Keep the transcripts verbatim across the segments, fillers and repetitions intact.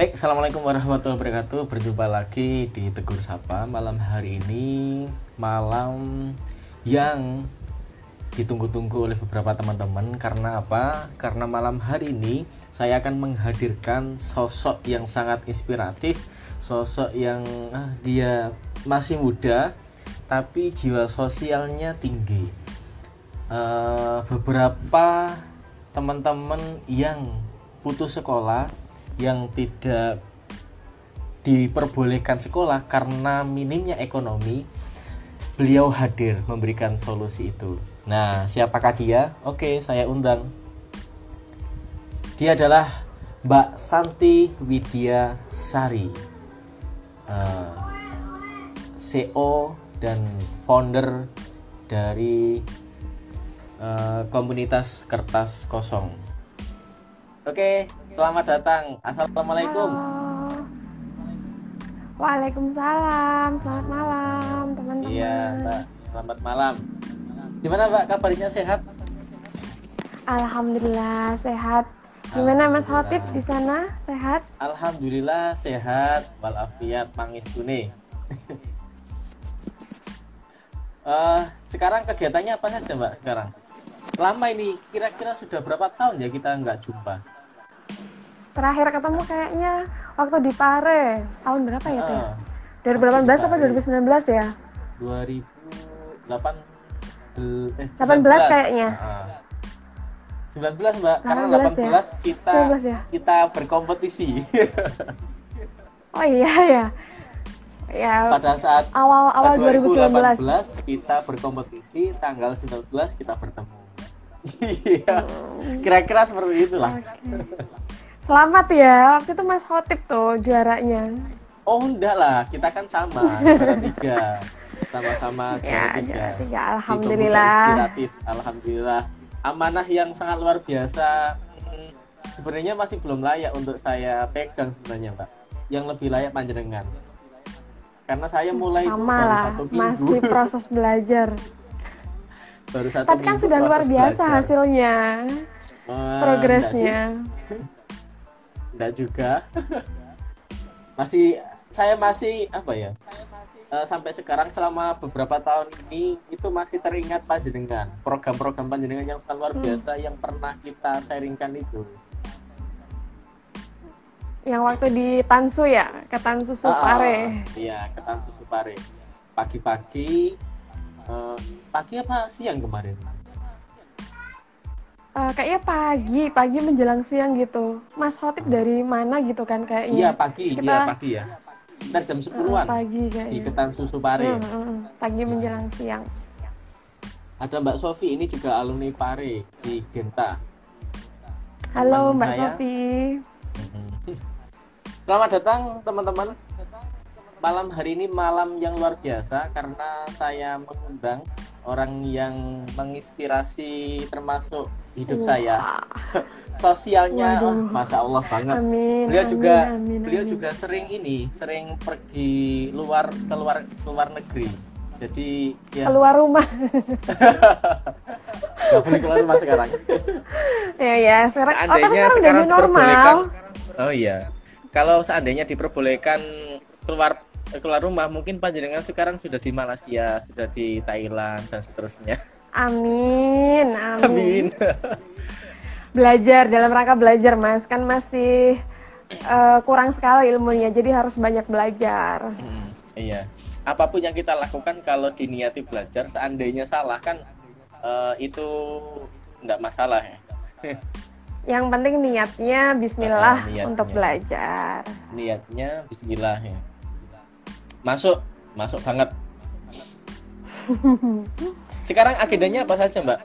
Baik, Assalamualaikum warahmatullahi wabarakatuh. Berjumpa lagi di Tegur Sapa. Malam hari ini malam yang ditunggu-tunggu oleh beberapa teman-teman. Karena apa? Karena malam hari ini saya akan menghadirkan sosok yang sangat inspiratif. Sosok yang ah, dia masih muda tapi jiwa sosialnya tinggi. uh, Beberapa teman-teman yang putus sekolah, yang tidak diperbolehkan sekolah karena minimnya ekonomi, beliau hadir memberikan solusi itu. Nah, siapakah dia? Oke, saya undang. Dia adalah Mbak Santi Widya Sari, uh, C E O dan founder dari uh, komunitas Kertas Kosong. Oke, selamat datang. Assalamualaikum. Halo. Waalaikumsalam. Selamat malam, teman-teman. Iya, Mbak. Selamat malam. Gimana, Mbak? Kabarnya sehat? Alhamdulillah sehat. Gimana Mas Hotip di sana? Sehat? Alhamdulillah sehat. Walafiat pangistune. uh, sekarang kegiatannya apa saja, Mbak? Sekarang? Lama ini, kira-kira sudah berapa tahun ya kita nggak jumpa? Terakhir ketemu kayaknya waktu di Pare. Tahun berapa ya tuh? Uh, dua ribu delapan belas apa dua ribu sembilan belas ya? dua ribu delapan belas eh, delapan belas kayaknya. Uh, sembilan belas, Mbak. Karena delapan belas delapan belas ya? kita sembilan belas ya? kita berkompetisi. Oh iya ya. Ya. Pada saat awal-awal dua ribu sembilan belas kita berkompetisi, tanggal sembilan belas kita bertemu. Iya. Kira-kira seperti itulah. Okay. Selamat ya. Waktu itu Mas Hotip tuh juaranya. Oh enggak lah, kita kan sama, juara tiga, sama-sama juara Ya, tiga. juara tiga. Di Alhamdulillah. komunitas inspiratif, alhamdulillah. Amanah yang sangat luar biasa. Hmm, sebenarnya masih belum layak untuk saya pegang sebenarnya, Mbak. Yang lebih layak panjenengan. Karena saya mulai itu sama baru lah, satu minggu. masih proses belajar. Baru satu Tapi kan minggu sudah luar proses biasa belajar. hasilnya, Wah, progresnya. Enggak juga. Masih saya masih apa ya? Uh, sampai sekarang selama beberapa tahun ini itu masih teringat panjenengan, program-program panjenengan yang sangat luar biasa hmm. yang pernah kita sharingkan itu. Yang waktu di Tansu ya, ke Tansu Supare. Ah, iya, ke Tansu Supare. Pagi-pagi, uh, pagi apa siang kemarin? Uh, kayaknya pagi, pagi menjelang siang gitu. Mas Hotip hmm. dari mana gitu kan kayaknya? Iya pagi, kita, iya pagi ya. Sekitar jam sepuluhan. Uh, pagi kayaknya. Di Ketan Susu Pare. Hmm, hmm, hmm. Pagi menjelang hmm. siang. Ada Mbak Sofi, ini juga alumni Pare di Genta. Halo Teman Mbak saya. Sofi. Selamat datang teman-teman. Malam hari ini malam yang luar biasa karena saya mengundang orang yang menginspirasi termasuk hidup Wah. saya. Sosialnya, oh, masya Allah banget. Amin, beliau amin, juga, amin, beliau amin. juga sering ini, sering pergi luar keluar keluar negeri. Jadi ya. Keluar rumah. Gak boleh keluar rumah sekarang. Ya ya, sekarang. Seandainya oh, sekarang diperbolehkan. normal. Oh iya. Kalau seandainya diperbolehkan keluar keluar rumah, mungkin panjenengan sekarang sudah di Malaysia, sudah di Thailand dan seterusnya. Amin, amin. Amin. Belajar dalam rangka belajar, Mas. Kan masih uh, kurang sekali ilmunya, jadi harus banyak belajar. Hmm, iya. Apapun yang kita lakukan kalau diniati belajar, seandainya salah kan uh, itu enggak masalah ya. Yang penting niatnya bismillah uh, niatnya. Untuk belajar. Niatnya bismillah ya. Masuk, masuk banget. Sekarang agendanya apa saja, Mbak?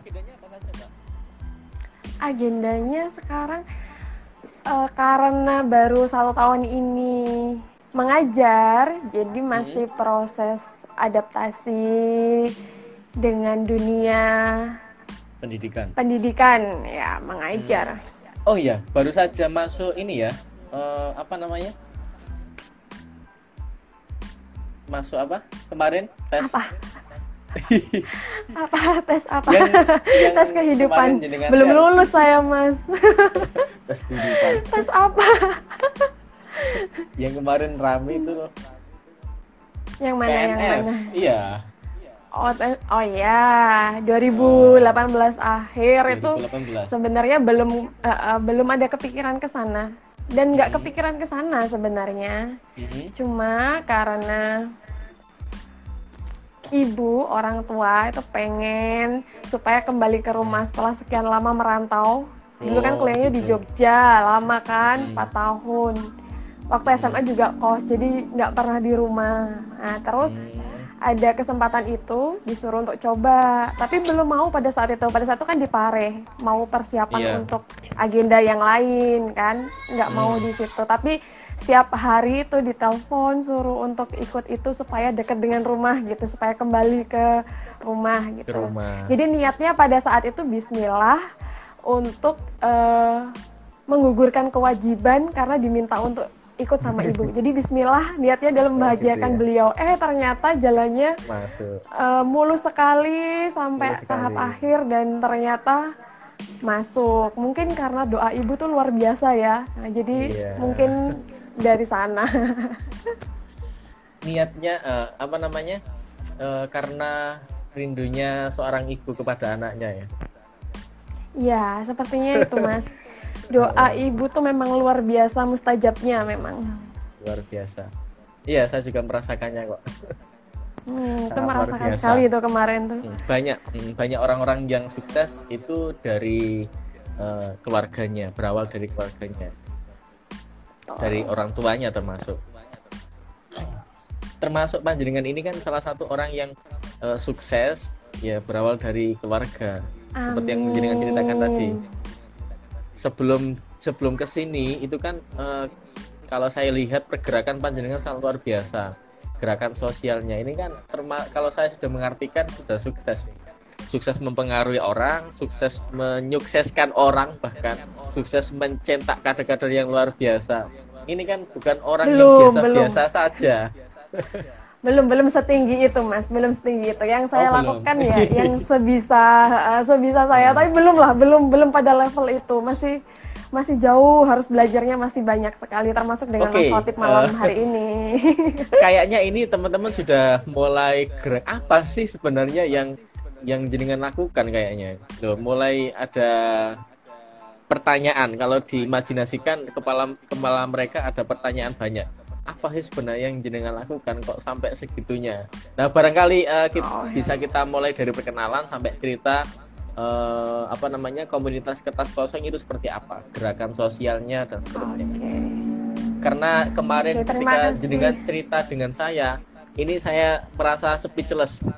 Agendanya sekarang uh, karena baru satu tahun ini mengajar, jadi masih hmm. proses adaptasi dengan dunia pendidikan. Pendidikan ya, mengajar. Hmm. Oh iya, baru saja masuk ini ya. Uh, apa namanya? Masuk apa? Kemarin tes. Apa? Apa tes apa? Yang, yang tes kehidupan. Belum share. Lulus saya, Mas. Tes kehidupan. Tes apa? Yang kemarin rame itu loh, Yang mana yang mana? P N S. Iya, Oh, te- oh ya, dua ribu delapan belas akhir itu dua ribu delapan belas. sebenarnya belum eh, eh, belum ada kepikiran ke sana dan nggak Mm-mm. kepikiran ke sana sebenarnya. Mm-mm. Cuma karena ibu orang tua itu pengen supaya kembali ke rumah setelah sekian lama merantau. Dulu kan Oh, kuliahnya di gitu. Jogja, lama kan, Mm. empat tahun. Waktu S M A Mm. juga kos, jadi nggak pernah di rumah. Nah, terus Mm. ada kesempatan itu disuruh untuk coba, tapi belum mau pada saat itu. Pada saat itu kan di Pare, mau persiapan Iya. untuk agenda yang lain kan, nggak mau Mm. di situ. Tapi setiap hari itu ditelepon suruh untuk ikut itu supaya dekat dengan rumah gitu, supaya kembali ke rumah Ke gitu. rumah. Jadi niatnya pada saat itu Bismillah untuk eh, menggugurkan kewajiban karena diminta untuk ikut sama ibu. Jadi Bismillah niatnya adalah membahagiakan ya. beliau. Eh ternyata jalannya Masuk. eh, mulus sekali sampai Mulus sekali. tahap akhir dan ternyata masuk. Mungkin karena doa ibu tuh luar biasa ya. Nah, jadi Iya. mungkin dari sana. Niatnya eh, apa namanya? Eh, karena rindunya seorang ibu kepada anaknya ya. Ya, sepertinya itu Mas. Doa ibu tuh memang luar biasa mustajabnya memang. Luar biasa. Iya, saya juga merasakannya kok. Hmm, itu Sangat luar merasakan biasa. sekali itu kemarin tuh. Hmm, Banyak hmm, banyak orang-orang yang sukses itu dari eh, keluarganya, berawal dari keluarganya, dari orang tuanya termasuk. Termasuk panjenengan ini kan salah satu orang yang eh, sukses ya berawal dari keluarga. Seperti yang panjenengan ceritakan tadi. Sebelum sebelum ke sini itu kan eh, kalau saya lihat pergerakan panjenengan sangat luar biasa. Gerakan sosialnya ini kan terma- kalau saya sudah mengartikan sudah sukses nih. Sukses mempengaruhi orang, sukses menyukseskan orang, bahkan sukses mencetak kader-kader yang luar biasa. Ini kan bukan orang yang Belum, biasa-biasa saja. belum belum setinggi itu Mas, belum setinggi itu. Yang saya Oh, belum. lakukan ya yang sebisa eh, sebisa saya, tapi belum lah, belum belum pada level itu. Masih masih jauh, harus belajarnya masih banyak sekali, termasuk dengan Oke, Mas Khotib malam eh. hari ini. Kayaknya ini teman-teman sudah mulai gerak apa sih sebenarnya yang yang jenengan lakukan kayaknya. Loh, mulai ada pertanyaan kalau diimajinasikan kepala kepala mereka ada pertanyaan banyak. Apa sih sebenarnya yang jenengan lakukan kok sampai segitunya? Nah, barangkali eh, kita, Oh, ya. bisa kita mulai dari perkenalan sampai cerita eh, apa namanya komunitas kertas kosong itu seperti apa, gerakan sosialnya dan seterusnya. Oke. Karena kemarin Oke, terima ketika kasih. jenengan cerita dengan saya, ini saya merasa speechless.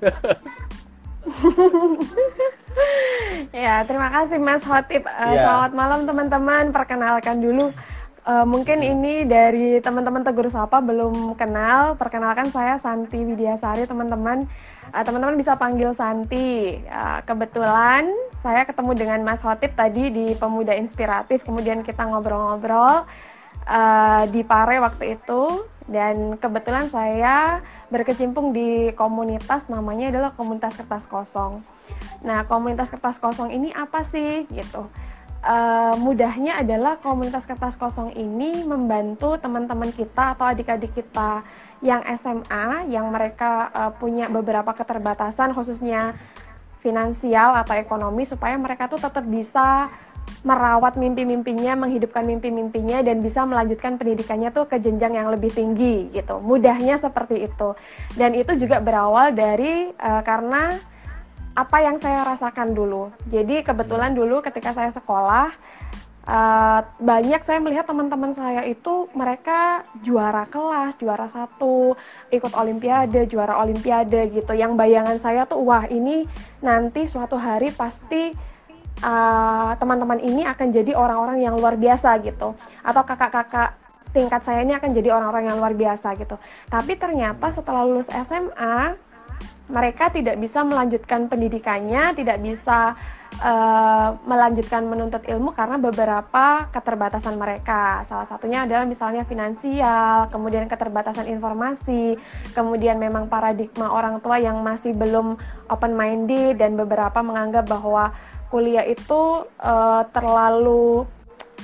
Ya, terima kasih Mas Khotib. Eh, Iya. Selamat malam teman-teman. Perkenalkan dulu, eh, mungkin ini dari teman-teman Tegur Sapa belum kenal. Perkenalkan saya Santi Widiasari, teman-teman. Eh, teman-teman bisa panggil Santi. Eh, kebetulan saya ketemu dengan Mas Khotib tadi di Pemuda Inspiratif. Kemudian kita ngobrol-ngobrol eh, di Pare waktu itu. Dan kebetulan saya berkecimpung di komunitas, namanya adalah komunitas kertas kosong. Nah, komunitas kertas kosong ini apa sih gitu? Uh, mudahnya adalah komunitas kertas kosong ini membantu teman-teman kita atau adik-adik kita yang S M A yang mereka uh, punya beberapa keterbatasan khususnya finansial atau ekonomi supaya mereka tuh tetap bisa merawat mimpi-mimpinya, menghidupkan mimpi-mimpinya dan bisa melanjutkan pendidikannya tuh ke jenjang yang lebih tinggi gitu. Mudahnya seperti itu. Dan itu juga berawal dari uh, karena apa yang saya rasakan dulu. Jadi kebetulan dulu ketika saya sekolah uh, banyak saya melihat teman-teman saya itu mereka juara kelas, juara satu, ikut olimpiade, juara olimpiade gitu. Yang bayangan saya tuh wah ini nanti suatu hari pasti uh, teman-teman ini akan jadi orang-orang yang luar biasa gitu. Atau kakak-kakak tingkat saya ini akan jadi orang-orang yang luar biasa gitu. Tapi ternyata setelah lulus S M A mereka tidak bisa melanjutkan pendidikannya, tidak bisa uh, melanjutkan menuntut ilmu karena beberapa keterbatasan mereka. Salah satunya adalah misalnya finansial, kemudian keterbatasan informasi, kemudian memang paradigma orang tua yang masih belum open-minded dan beberapa menganggap bahwa kuliah itu uh, terlalu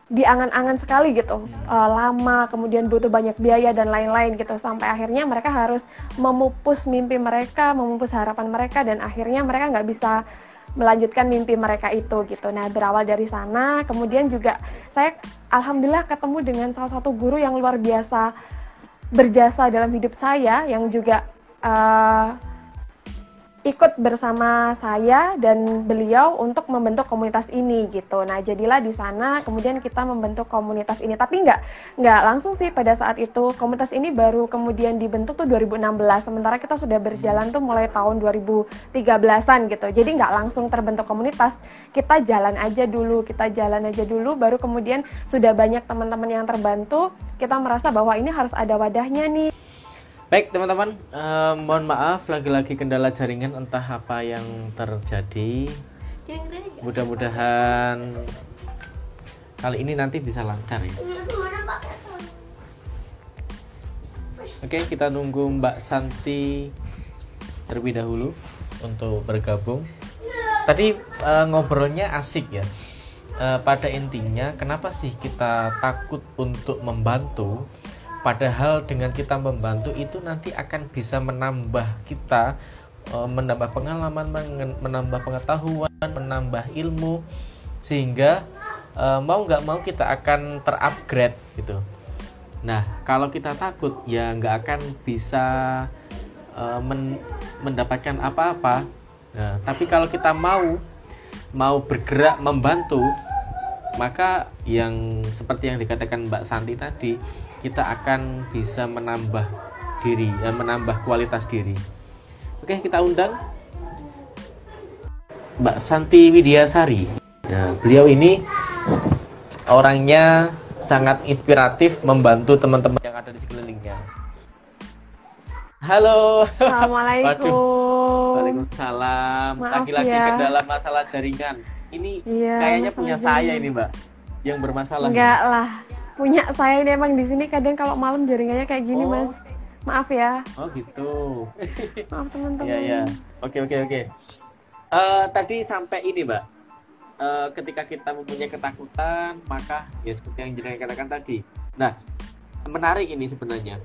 diangan-angan sekali gitu, uh, lama, kemudian butuh banyak biaya dan lain-lain gitu, sampai akhirnya mereka harus memupus mimpi mereka, memupus harapan mereka, dan akhirnya mereka nggak bisa melanjutkan mimpi mereka itu gitu. Nah, berawal dari sana, kemudian juga saya alhamdulillah ketemu dengan salah satu guru yang luar biasa berjasa dalam hidup saya, yang juga uh, ikut bersama saya dan beliau untuk membentuk komunitas ini gitu. Nah, jadilah di sana kemudian kita membentuk komunitas ini. Tapi nggak nggak langsung sih pada saat itu. Komunitas ini baru kemudian dibentuk tuh dua ribu enam belas. Sementara kita sudah berjalan tuh mulai tahun dua ribu tiga belasan gitu. Jadi nggak langsung terbentuk komunitas. Kita jalan aja dulu, kita jalan aja dulu. Baru kemudian sudah banyak teman-teman yang terbantu. Kita merasa bahwa ini harus ada wadahnya nih. Baik teman-teman, eh, mohon maaf lagi-lagi kendala jaringan entah apa yang terjadi. Mudah-mudahan kali ini nanti bisa lancar ya. Oke, kita nunggu Mbak Santi terlebih dahulu untuk bergabung. Tadi eh, ngobrolnya asik ya. Eh, pada intinya kenapa sih kita takut untuk membantu? Padahal dengan kita membantu itu nanti akan bisa menambah kita, menambah pengalaman, menambah pengetahuan, menambah ilmu, sehingga mau nggak mau kita akan terupgrade gitu. Nah, kalau kita takut ya nggak akan bisa men- mendapatkan apa-apa. Nah, tapi kalau kita mau mau bergerak membantu, maka yang seperti yang dikatakan Mbak Santi tadi, kita akan bisa menambah diri, ya, menambah kualitas diri. Oke, kita undang Mbak Santi Widiasari. Nah, beliau ini orangnya sangat inspiratif, membantu teman-teman yang ada di sekelilingnya. Halo. Assalamualaikum. Waduh. Waalaikumsalam. Maaf Lagi-lagi ya. kendala masalah jaringan. Ini Iya, kayaknya masalah punya jaringan. saya ini, Mbak, yang bermasalah. Enggak lah, punya saya ini emang di sini kadang kalau malam jaringannya kayak gini Oh. mas. Maaf ya, Oh gitu. maaf teman-teman. Iya iya. Oke oke oke. Eh, tadi sampai ini Mbak. Eh, ketika kita mempunyai ketakutan, maka ya seperti yang jenengan katakan tadi. Nah, menarik ini sebenarnya.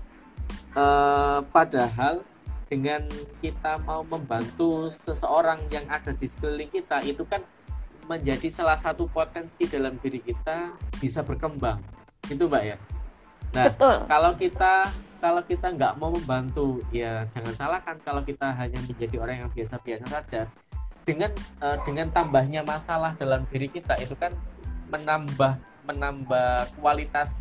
Eh, padahal dengan kita mau membantu seseorang yang ada di sekeliling kita, itu kan menjadi salah satu potensi dalam diri kita bisa berkembang, gitu Mbak ya. Nah, Betul. kalau kita kalau kita nggak mau membantu, ya jangan salahkan kalau kita hanya menjadi orang yang biasa-biasa saja. Dengan uh, dengan tambahnya masalah dalam diri kita itu kan menambah menambah kualitas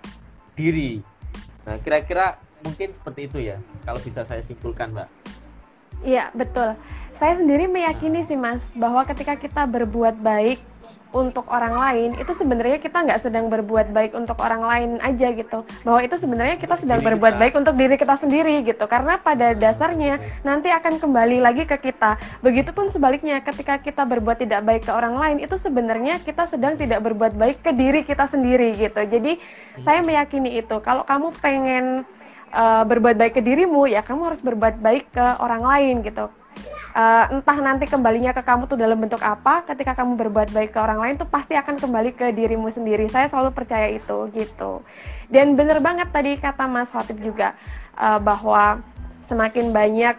diri. Nah, kira-kira mungkin seperti itu ya, kalau bisa saya simpulkan, Mbak. Iya betul. Saya sendiri meyakini sih mas, bahwa ketika kita berbuat baik untuk orang lain, itu sebenarnya kita nggak sedang berbuat baik untuk orang lain aja gitu. Bahwa itu sebenarnya kita sedang Diri berbuat kita. baik untuk diri kita sendiri gitu. Karena pada dasarnya nanti akan kembali lagi ke kita. Begitupun sebaliknya, ketika kita berbuat tidak baik ke orang lain, itu sebenarnya kita sedang tidak berbuat baik ke diri kita sendiri gitu. Jadi saya meyakini itu. Kalau kamu pengen uh, berbuat baik ke dirimu, ya kamu harus berbuat baik ke orang lain gitu. Uh, entah nanti kembalinya ke kamu tuh dalam bentuk apa, ketika kamu berbuat baik ke orang lain tuh pasti akan kembali ke dirimu sendiri. Saya selalu percaya itu gitu. Dan bener banget tadi kata Mas Khatib juga, uh, bahwa semakin banyak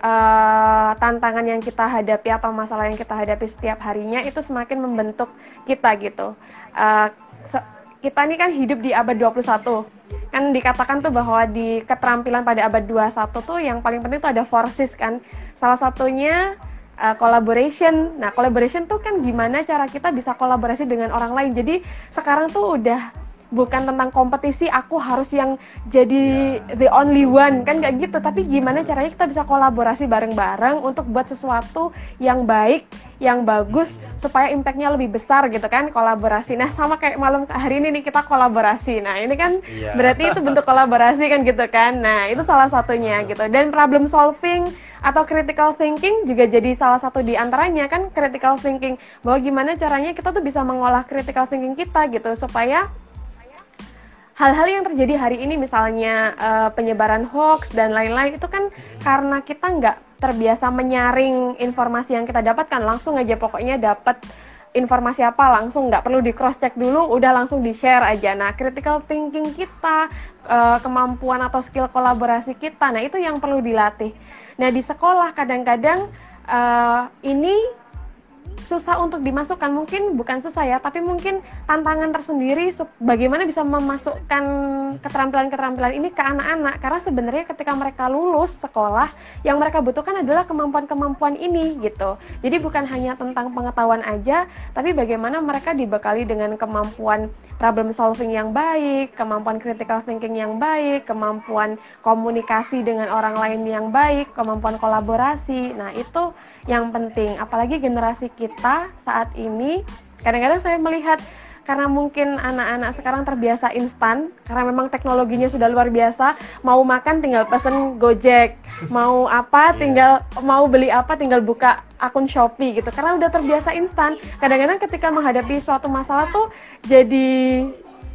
uh, tantangan yang kita hadapi atau masalah yang kita hadapi setiap harinya, itu semakin membentuk kita gitu. Uh, se- kita ini kan hidup di abad dua puluh satu. Kan dikatakan tuh bahwa di keterampilan pada abad dua puluh satu tuh yang paling penting tuh ada forces kan. Salah satunya uh, collaboration. Nah, collaboration tuh kan gimana cara kita bisa kolaborasi dengan orang lain. Jadi sekarang tuh udah bukan tentang kompetisi, aku harus yang jadi yeah. the only one, kan nggak gitu. Tapi gimana caranya kita bisa kolaborasi bareng-bareng untuk buat sesuatu yang baik, yang bagus, supaya impact-nya lebih besar gitu kan, kolaborasi. Nah, sama kayak malam hari ini nih kita kolaborasi. Nah, ini kan yeah. berarti itu bentuk kolaborasi kan gitu kan. Nah, itu salah satunya gitu. Dan problem solving atau critical thinking juga jadi salah satu di antaranya kan, critical thinking. Bahwa gimana caranya kita tuh bisa mengolah critical thinking kita gitu, supaya hal-hal yang terjadi hari ini misalnya uh, penyebaran hoax dan lain-lain itu kan karena kita nggak terbiasa menyaring informasi yang kita dapatkan, langsung aja pokoknya dapat informasi apa langsung, nggak perlu di cross check dulu, udah langsung di share aja. Nah, critical thinking kita, uh, kemampuan atau skill kolaborasi kita, nah itu yang perlu dilatih. Nah, di sekolah kadang-kadang uh, ini susah untuk dimasukkan, mungkin bukan susah ya, tapi mungkin tantangan tersendiri bagaimana bisa memasukkan keterampilan-keterampilan ini ke anak-anak, karena sebenarnya ketika mereka lulus sekolah yang mereka butuhkan adalah kemampuan-kemampuan ini gitu. Jadi bukan hanya tentang pengetahuan aja, tapi bagaimana mereka dibekali dengan kemampuan problem solving yang baik, kemampuan critical thinking yang baik, kemampuan komunikasi dengan orang lain yang baik, kemampuan kolaborasi. Nah, itu yang penting, apalagi generasi kita saat ini. Kadang-kadang saya melihat karena mungkin anak-anak sekarang terbiasa instan, karena memang teknologinya sudah luar biasa, mau makan tinggal pesen Gojek, mau apa tinggal mau beli apa tinggal buka akun Shopee gitu, karena udah terbiasa instan. Kadang-kadang ketika menghadapi suatu masalah tuh jadi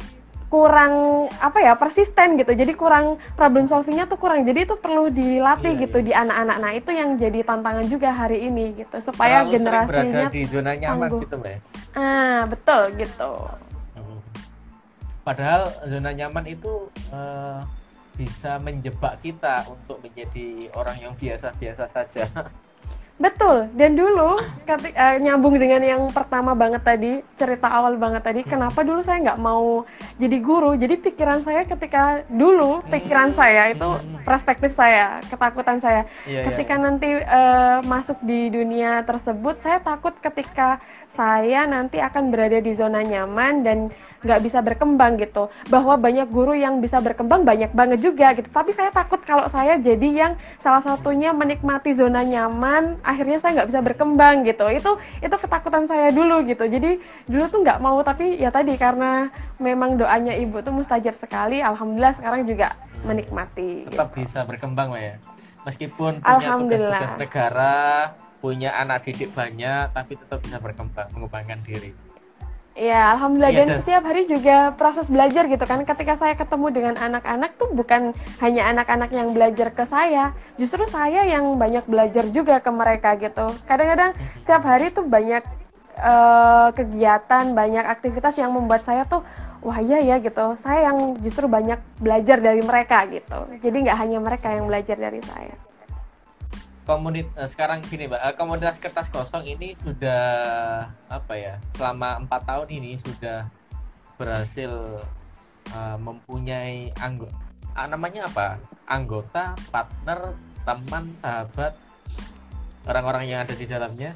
kurang apa ya persisten gitu, jadi kurang problem solvingnya tuh kurang, jadi itu perlu dilatih yeah, gitu yeah. di anak-anak. Nah, itu yang jadi tantangan juga hari ini gitu, supaya terlalu generasinya berada di zona nyaman tangguh. Gitu mbak. Ah betul gitu. Hmm. Padahal zona nyaman itu uh, bisa menjebak kita untuk menjadi orang yang biasa-biasa saja. Betul, dan dulu ketika, uh, nyambung dengan yang pertama banget tadi, cerita awal banget tadi, kenapa dulu saya nggak mau jadi guru. Jadi pikiran saya ketika dulu, pikiran saya itu perspektif saya, ketakutan saya. Iya, ketika iya. nanti uh, masuk di dunia tersebut, saya takut ketika saya nanti akan berada di zona nyaman dan nggak bisa berkembang gitu. Bahwa banyak guru yang bisa berkembang, banyak banget juga gitu. Tapi saya takut kalau saya jadi yang salah satunya menikmati zona nyaman, akhirnya saya nggak bisa berkembang gitu. Itu itu ketakutan saya dulu gitu. Jadi dulu tuh nggak mau, tapi ya tadi karena memang doanya ibu tuh mustajab sekali. Alhamdulillah sekarang juga menikmati. Tetap gitu. bisa berkembang ya. Meskipun punya tugas-tugas negara, punya anak didik banyak, tapi tetap bisa berkembang, mengembangkan diri. Ya, alhamdulillah. Ya, dan dan setiap hari juga proses belajar gitu kan. Ketika saya ketemu dengan anak-anak tuh bukan hanya anak-anak yang belajar ke saya, justru saya yang banyak belajar juga ke mereka gitu. Kadang-kadang setiap hari tuh banyak uh, kegiatan, banyak aktivitas yang membuat saya tuh wah iya ya gitu. Saya yang justru banyak belajar dari mereka gitu. Jadi nggak hanya mereka yang belajar dari saya. Komunitas sekarang gini mbak, komunitas kertas kosong ini sudah apa ya, selama empat tahun ini sudah berhasil uh, mempunyai anggota, uh, namanya apa, anggota, partner, teman, sahabat, orang-orang yang ada di dalamnya.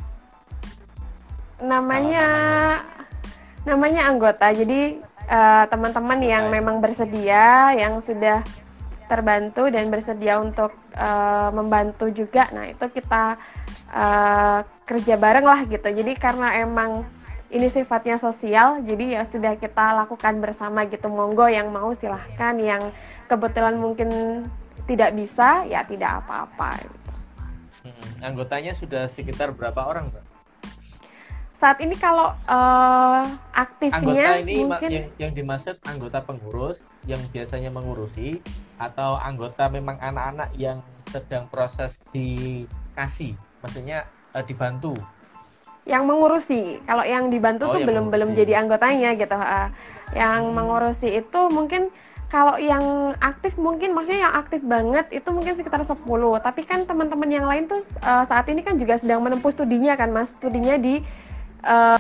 Namanya namanya, namanya anggota. Jadi uh, teman-teman yang memang bersedia, yang sudah terbantu dan bersedia untuk uh, membantu juga. Nah, itu kita uh, kerja bareng lah gitu. Jadi karena emang ini sifatnya sosial, jadi ya sudah kita lakukan bersama gitu. Monggo yang mau silahkan, yang kebetulan mungkin tidak bisa ya tidak apa-apa gitu. Hmm, anggotanya sudah sekitar berapa orang, Mbak? Saat ini kalau uh, aktifnya anggota ini mungkin yang, yang dimaksud anggota pengurus yang biasanya mengurusi, atau anggota memang anak-anak yang sedang proses dikasih, maksudnya uh, dibantu. Yang mengurusi. Kalau yang dibantu Oh, tuh yang belum mengurusi. belum jadi anggotanya gitu. Uh, yang hmm. mengurusi itu mungkin kalau yang aktif mungkin, maksudnya yang aktif banget itu mungkin sekitar sepuluh. Tapi kan teman-teman yang lain tuh uh, saat ini kan juga sedang menempuh studinya kan Mas. Studinya di uh,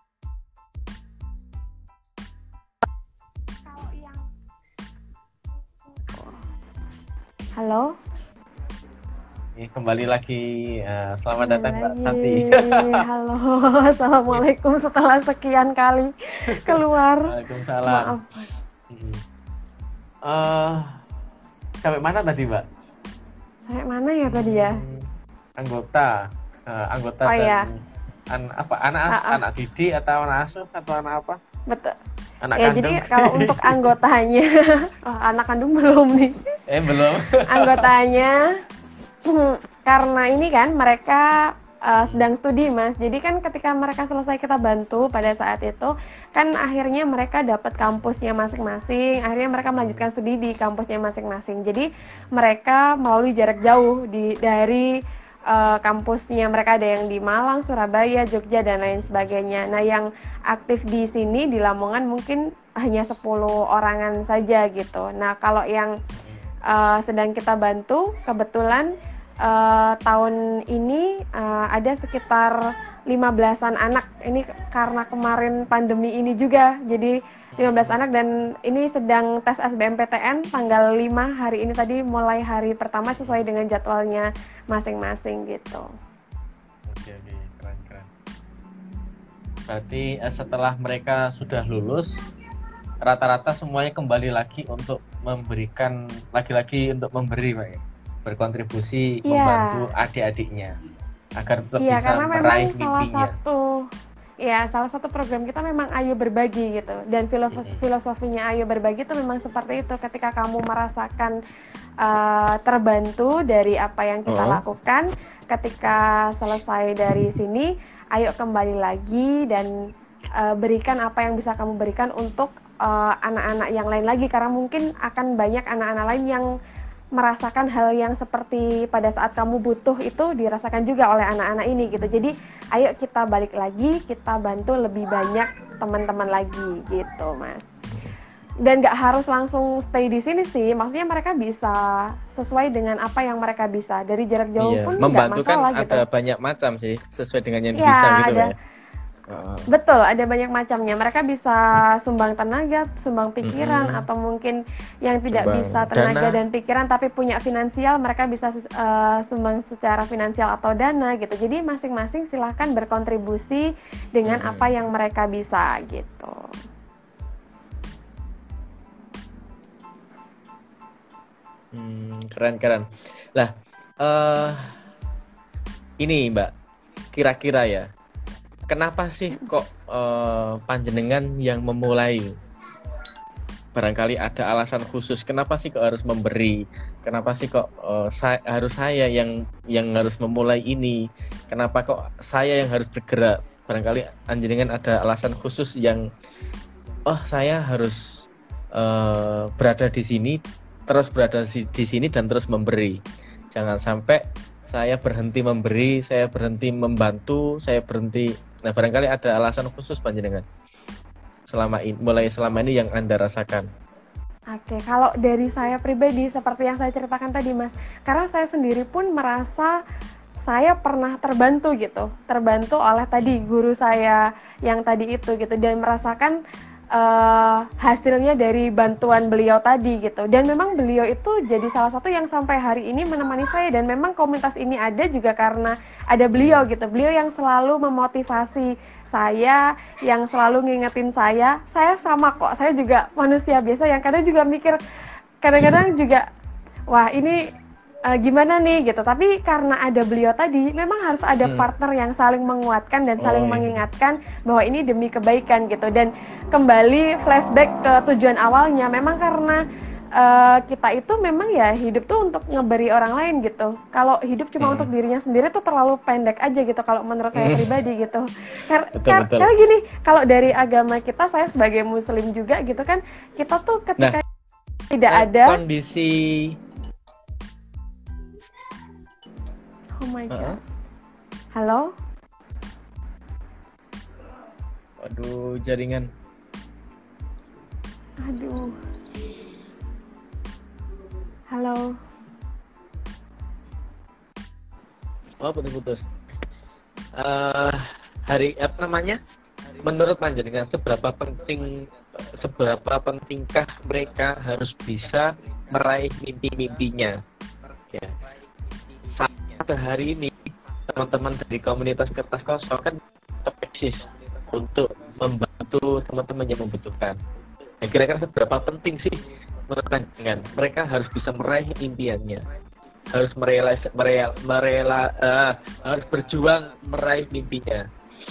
Halo. Ini kembali lagi, uh, selamat datang Mbak Santi. Halo, assalamualaikum setelah sekian kali keluar. Waalaikumsalam. Maaf. Uh, sampai mana tadi Mbak? Sampai mana ya tadi ya? Hmm, anggota, uh, anggota oh, dan iya. an, apa anak as, A-a. anak didik atau anak asuh atau anak apa? Betul. Anak ya kandung. Jadi kalau untuk anggotanya, oh, anak kandung belum nih. Eh belum. Anggotanya, karena ini kan mereka uh, sedang studi Mas. Jadi kan ketika mereka selesai kita bantu pada saat itu, kan akhirnya mereka dapat kampusnya masing-masing. Akhirnya mereka melanjutkan studi di kampusnya masing-masing. Jadi mereka melalui jarak jauh di dari uh, kampusnya. Mereka ada yang di Malang, Surabaya, Jogja, dan lain sebagainya. Nah, yang aktif di sini di Lamongan mungkin hanya sepuluh orangan saja gitu. Nah, kalau yang uh, sedang kita bantu, kebetulan uh, tahun ini uh, ada sekitar lima belasan anak. Ini karena kemarin pandemi ini juga, jadi lima belas anak, dan ini sedang tes S B M P T N tanggal lima hari ini tadi, mulai hari pertama sesuai dengan jadwalnya masing-masing gitu. Oke, oke, keren, keren. Berarti eh, setelah mereka sudah lulus, rata-rata semuanya kembali lagi untuk memberikan, lagi-lagi untuk memberi, Pak, ya? Berkontribusi, Iya. membantu adik-adiknya agar tetap Iya, bisa karena memang meraih salah mimpinya. satu ya salah satu program kita memang Ayo Berbagi gitu, dan filosof- filosofinya Ayo Berbagi itu memang seperti itu. Ketika kamu merasakan uh, terbantu dari apa yang kita Oh. lakukan, ketika selesai dari sini, ayo kembali lagi dan uh, berikan apa yang bisa kamu berikan untuk uh, anak-anak yang lain lagi, karena mungkin akan banyak anak-anak lain yang merasakan hal yang seperti pada saat kamu butuh itu dirasakan juga oleh anak-anak ini gitu. Jadi ayo kita balik lagi, kita bantu lebih banyak teman-teman lagi gitu, Mas. Dan nggak harus langsung stay di sini sih, maksudnya mereka bisa sesuai dengan apa yang mereka bisa, dari jarak jauh Iya, pun nggak membantu kan masalah gitu. ada banyak macam sih, sesuai dengan yang Ya, bisa gitu ada. ya. Oh. Betul, ada banyak macamnya. Mereka bisa sumbang tenaga, sumbang pikiran, Mm-mm. atau mungkin yang tidak Sumbang bisa tenaga dana. dan pikiran tapi punya finansial, mereka bisa uh, sumbang secara finansial atau dana gitu. Jadi masing-masing silahkan berkontribusi dengan Mm-mm. apa yang mereka bisa gitu. Hmm, keren-keren. Lah, eh ini Mbak, kira-kira ya, kenapa sih kok eh, panjenengan yang memulai? Barangkali ada alasan khusus. Kenapa sih kok harus memberi? Kenapa sih kok eh, sa- harus saya yang yang harus memulai ini? Kenapa kok saya yang harus bergerak? Barangkali panjenengan ada alasan khusus yang, oh saya harus eh, berada di sini, terus berada di di sini dan terus memberi. Jangan sampai saya berhenti memberi, saya berhenti membantu, saya berhenti. Nah, barangkali ada alasan khusus panjenengan selama ini, mulai selama ini yang Anda rasakan. Oke, kalau dari saya pribadi seperti yang saya ceritakan tadi, Mas, karena saya sendiri pun merasa saya pernah terbantu gitu, terbantu oleh tadi guru saya yang tadi itu gitu, dan merasakan uh, hasilnya dari bantuan beliau tadi gitu. Dan memang beliau itu jadi salah satu yang sampai hari ini menemani saya, dan memang komunitas ini ada juga karena ada beliau gitu. Beliau yang selalu memotivasi saya, yang selalu ngingetin saya, saya sama kok, saya juga manusia biasa yang kadang juga mikir, kadang-kadang juga, wah ini uh, gimana nih gitu. Tapi karena ada beliau tadi, memang harus ada Hmm. partner yang saling menguatkan dan saling Oh, iya. mengingatkan bahwa ini demi kebaikan gitu. Dan kembali flashback ke tujuan awalnya, memang karena uh, kita itu memang ya hidup tuh untuk ngeberi orang lain gitu. Kalau hidup cuma Hmm. untuk dirinya sendiri tuh terlalu pendek aja gitu kalau menurut saya Hmm. pribadi gitu. Kar- Betul, kar- betul. Karena gini, kalau dari agama kita, saya sebagai muslim juga gitu kan, kita tuh ketika tidak Eh, ada kondisi oh my god. Uh-uh. Halo? Aduh, jaringan. Aduh. Halo. Oh, putus-putus. Eh, hari apa namanya? Menurut panjenengan seberapa penting seberapa pentingkah mereka harus bisa meraih mimpi-mimpinya? Ya. Sampai hari ini teman-teman dari komunitas kertas kosong kan tetap eksis untuk membantu teman-teman yang membutuhkan. Nah, kira-kira seberapa penting sih menurut panjenengan mereka harus bisa meraih impiannya? Harus merela merela, merela uh, harus berjuang meraih mimpinya.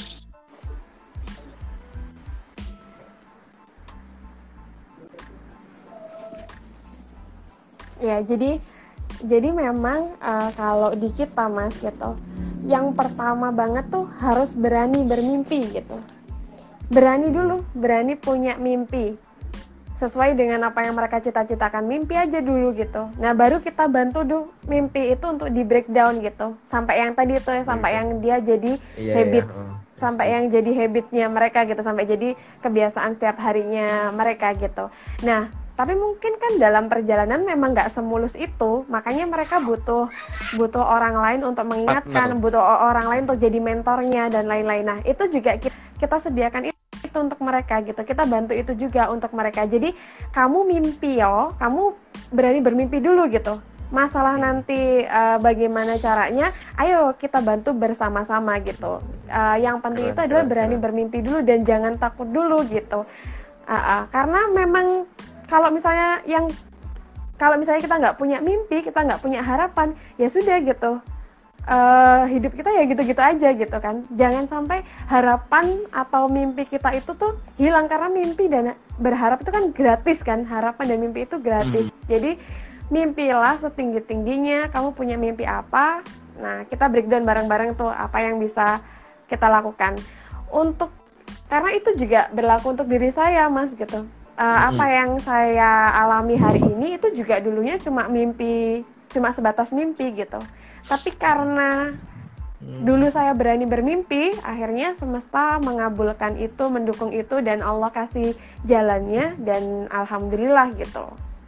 Ya, jadi jadi memang uh, kalau di kita, Mas, gitu, yang pertama banget tuh harus berani bermimpi gitu. Berani dulu, berani punya mimpi. sesuai dengan apa yang mereka cita-citakan, mimpi aja dulu gitu. Nah baru kita bantu tuh mimpi itu untuk di breakdown gitu, sampai yang tadi tuh ya, sampai yang dia jadi Iya, habit, iya. Oh, sampai yang jadi habitnya mereka gitu, sampai jadi kebiasaan setiap harinya mereka gitu. Nah tapi mungkin kan dalam perjalanan memang nggak semulus itu, makanya mereka butuh butuh orang lain untuk mengingatkan, Partner. butuh o- orang lain untuk jadi mentornya dan lain-lain. Nah itu juga kita, kita sediakan itu, itu untuk mereka gitu, kita bantu itu juga untuk mereka. Jadi kamu mimpi yo, kamu berani bermimpi dulu gitu. Masalah nanti uh, bagaimana caranya, ayo kita bantu bersama-sama gitu. Uh, yang penting Keren, itu adalah keren, berani keren. bermimpi dulu dan jangan takut dulu gitu. Uh, uh, karena memang kalau misalnya yang kalau misalnya kita nggak punya mimpi, kita nggak punya harapan, ya sudah gitu. Uh, hidup kita ya gitu-gitu aja gitu kan. Jangan sampai harapan atau mimpi kita itu tuh hilang, karena mimpi dan berharap itu kan gratis kan. Harapan dan mimpi itu gratis. Hmm. Jadi mimpilah setinggi-tingginya. Kamu punya mimpi apa? Nah, kita breakdown bareng-bareng tuh apa yang bisa kita lakukan. Untuk karena itu juga berlaku untuk diri saya, Mas gitu. Uh, Mm-mm. apa yang saya alami hari ini itu juga dulunya cuma mimpi, cuma sebatas mimpi gitu. Tapi karena dulu saya berani bermimpi, akhirnya semesta mengabulkan itu, mendukung itu, dan Allah kasih jalannya, dan alhamdulillah gitu.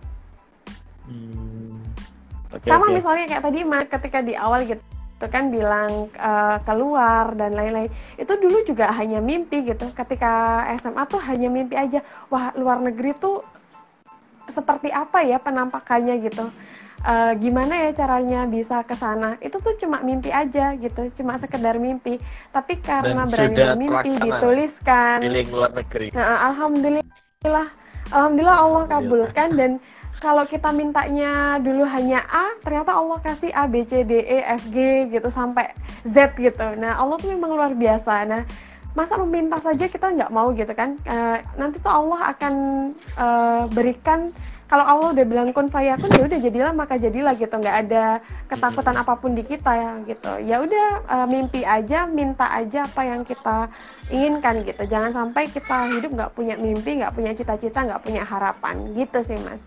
Hmm. Oke, Sama oke. misalnya kayak tadi Mas ketika di awal gitu kan bilang uh, keluar dan lain-lain, itu dulu juga hanya mimpi gitu. Ketika S M A tuh hanya mimpi aja, wah luar negeri tuh seperti apa ya penampakannya gitu, uh, gimana ya caranya bisa ke sana, itu tuh cuma mimpi aja gitu, cuma sekedar mimpi. Tapi karena Dan berani sudah bermimpi, terlaksana dituliskan, keliling luar negeri. nah, alhamdulillah, alhamdulillah Allah kabulkan. Dan kalau kita mintanya dulu hanya A, ternyata Allah kasih A, B, C, D, E, F, G gitu sampai Z gitu. Nah Allah tuh memang luar biasa. Nah masa meminta saja kita nggak mau gitu kan? Uh, nanti tuh Allah akan uh, berikan. Kalau Allah udah bilang kun fayakun, ya udah jadilah maka jadilah gitu. Nggak ada ketakutan apapun di kita ya gitu. Ya udah uh, mimpi aja, minta aja apa yang kita inginkan gitu. Jangan sampai kita hidup nggak punya mimpi, nggak punya cita-cita, nggak punya harapan gitu sih Mas.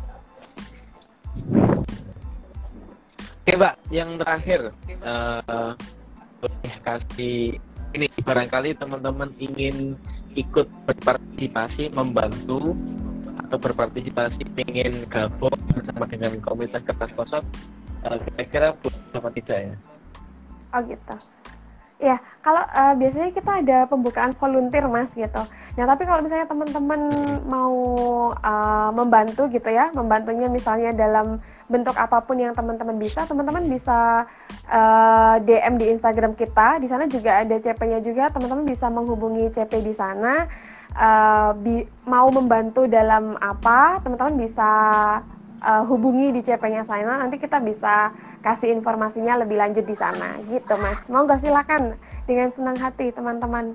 Oke, Mbak, yang terakhir, uh, boleh kasih ini, barangkali teman-teman ingin ikut berpartisipasi, membantu atau berpartisipasi, ingin gabung bersama dengan komunitas kertas kosong, uh, kira-kira boleh apa tidak ya? Oh gitu. Ya, kalau uh, biasanya kita ada pembukaan volunteer Mas gitu. Nah, tapi kalau misalnya teman-teman mau uh, membantu gitu ya, membantunya misalnya dalam bentuk apapun yang teman-teman bisa, teman-teman bisa uh, D M di Instagram kita. Di sana juga ada C P-nya juga, teman-teman bisa menghubungi C P di sana. Uh, bi- mau membantu dalam apa, teman-teman bisa uh, hubungi di C P-nya sana. Nanti kita bisa kasih informasinya lebih lanjut di sana gitu Mas. Monggo silakan, dengan senang hati teman-teman.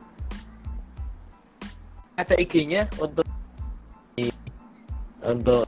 Ada I G-nya untuk untuk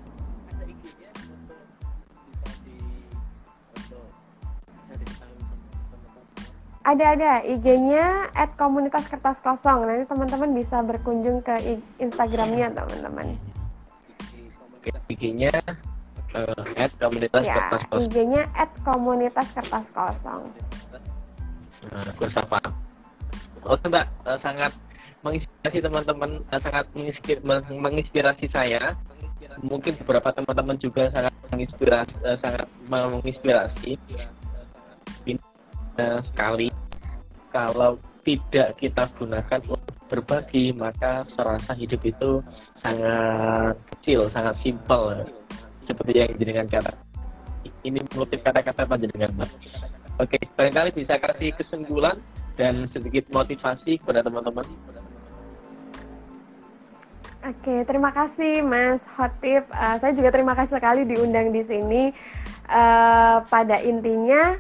Ada-ada I G-nya at komunitas kertas kosong. Nanti teman-teman bisa berkunjung ke I- Instagramnya teman-teman. I G-nya uh, at komunitas Ya, kertas I kosong. G-nya at komunitas kertas kosong. Nah, bersama. Oke Mbak, uh, sangat menginspirasi teman-teman, uh, sangat menginspir- meng- menginspirasi saya. Mungkin beberapa teman-teman juga sangat menginspirasi, uh, sangat menginspirasi. Ini uh, sekali kalau tidak kita gunakan untuk berbagi, maka serasa hidup itu sangat kecil, sangat simpel. Seperti yang dengan kata ini mengutip kata-kata panjenengan Mbak. Oke, barangkali bisa kasih kesimpulan dan sedikit motivasi kepada teman-teman. Oke, terima kasih Mas Khotib. Uh, saya juga terima kasih sekali diundang di sini. Uh, pada intinya,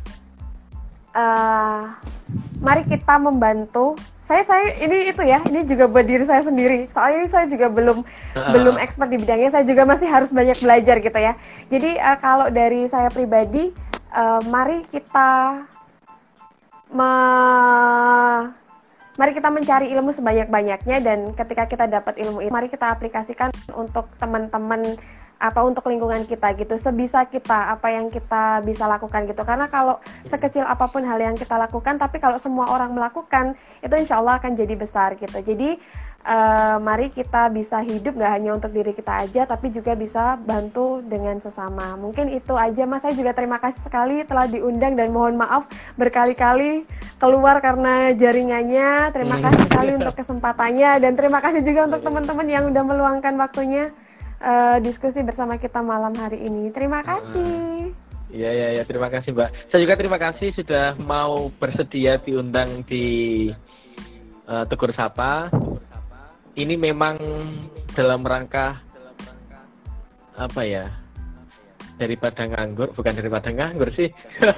uh, mari kita membantu. Saya saya ini itu ya, ini juga buat diri saya sendiri. Soalnya ini saya juga belum Uh. belum expert di bidangnya. Saya juga masih harus banyak belajar gitu ya. Jadi uh, kalau dari saya pribadi, uh, mari kita me mari kita mencari ilmu sebanyak-banyaknya, dan ketika kita dapat ilmu itu, mari kita aplikasikan untuk teman-teman atau untuk lingkungan kita gitu, sebisa kita, apa yang kita bisa lakukan gitu. Karena kalau sekecil apapun hal yang kita lakukan, tapi kalau semua orang melakukan, itu insya Allah akan jadi besar gitu. Jadi uh, mari kita bisa hidup gak hanya untuk diri kita aja, tapi juga bisa bantu dengan sesama. Mungkin itu aja Mas, saya juga terima kasih sekali telah diundang, dan mohon maaf berkali-kali keluar karena jaringannya. Terima kasih sekali untuk kesempatannya, dan terima kasih juga untuk teman-teman yang udah meluangkan waktunya Uh, diskusi bersama kita malam hari ini. Terima kasih. Iya, iya, ya, terima kasih Mbak. Saya juga terima kasih sudah mau bersedia diundang di uh, Tegur Sapa. Ini memang dalam rangka apa ya? Daripada nganggur, bukan daripada nganggur sih.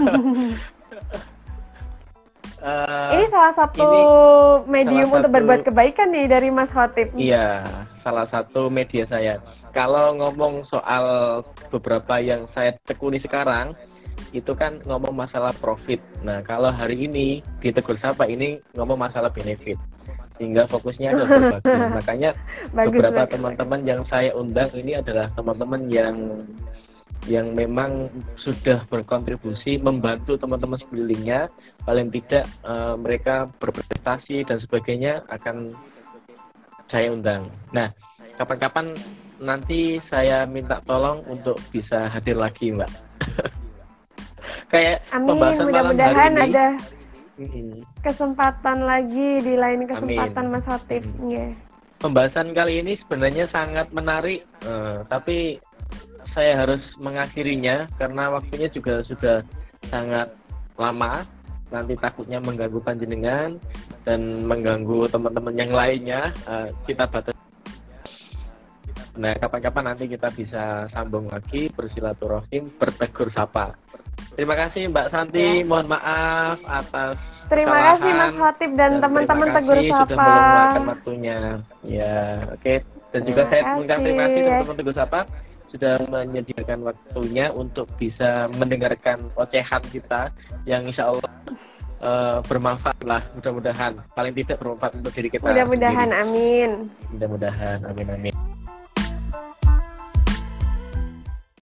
uh, ini salah satu ini medium salah untuk satu, berbuat kebaikan nih dari Mas Khotib. Iya, salah satu media saya. Kalau ngomong soal beberapa yang saya tekuni sekarang, itu kan ngomong masalah profit. Nah, kalau hari ini di Tegur Sapa ini ngomong masalah benefit. Sehingga fokusnya adalah berbagi. Makanya bagus, beberapa teman-teman yang saya undang ini adalah teman-teman yang yang memang sudah berkontribusi membantu teman-teman sekelilingnya. Paling tidak uh, mereka berprestasi dan sebagainya akan saya undang. Nah, kapan-kapan nanti saya minta tolong untuk bisa hadir lagi, Mbak. Kayak amin, pembahasan mudah-mudahan malam hari ini, ada mm, kesempatan lagi di lain kesempatan amin. Mas Khotib. Mm. Yeah. Pembahasan kali ini sebenarnya sangat menarik, uh, tapi saya harus mengakhirinya karena waktunya juga sudah sangat lama. Nanti takutnya mengganggu panjenengan dan mengganggu teman-teman yang lainnya. Uh, kita batas. Nah, kapan-kapan nanti kita bisa sambung lagi bersilaturahim, bertegur sapa. Terima kasih Mbak Santi, ya. Mohon maaf atas terima kasih Mas Khotib dan, dan teman-teman Tegur Sapa. Sudah meluangkan waktunya. Ya, oke. Okay. Dan juga terima saya mengucapkan terima kasih teman-teman Tegur Sapa sudah menyediakan waktunya untuk bisa mendengarkan ocehan kita yang insya Allah uh, bermanfaat lah, mudah-mudahan. Paling tidak bermanfaat untuk diri kita. Mudah-mudahan, amin. Mudah-mudahan, amin amin.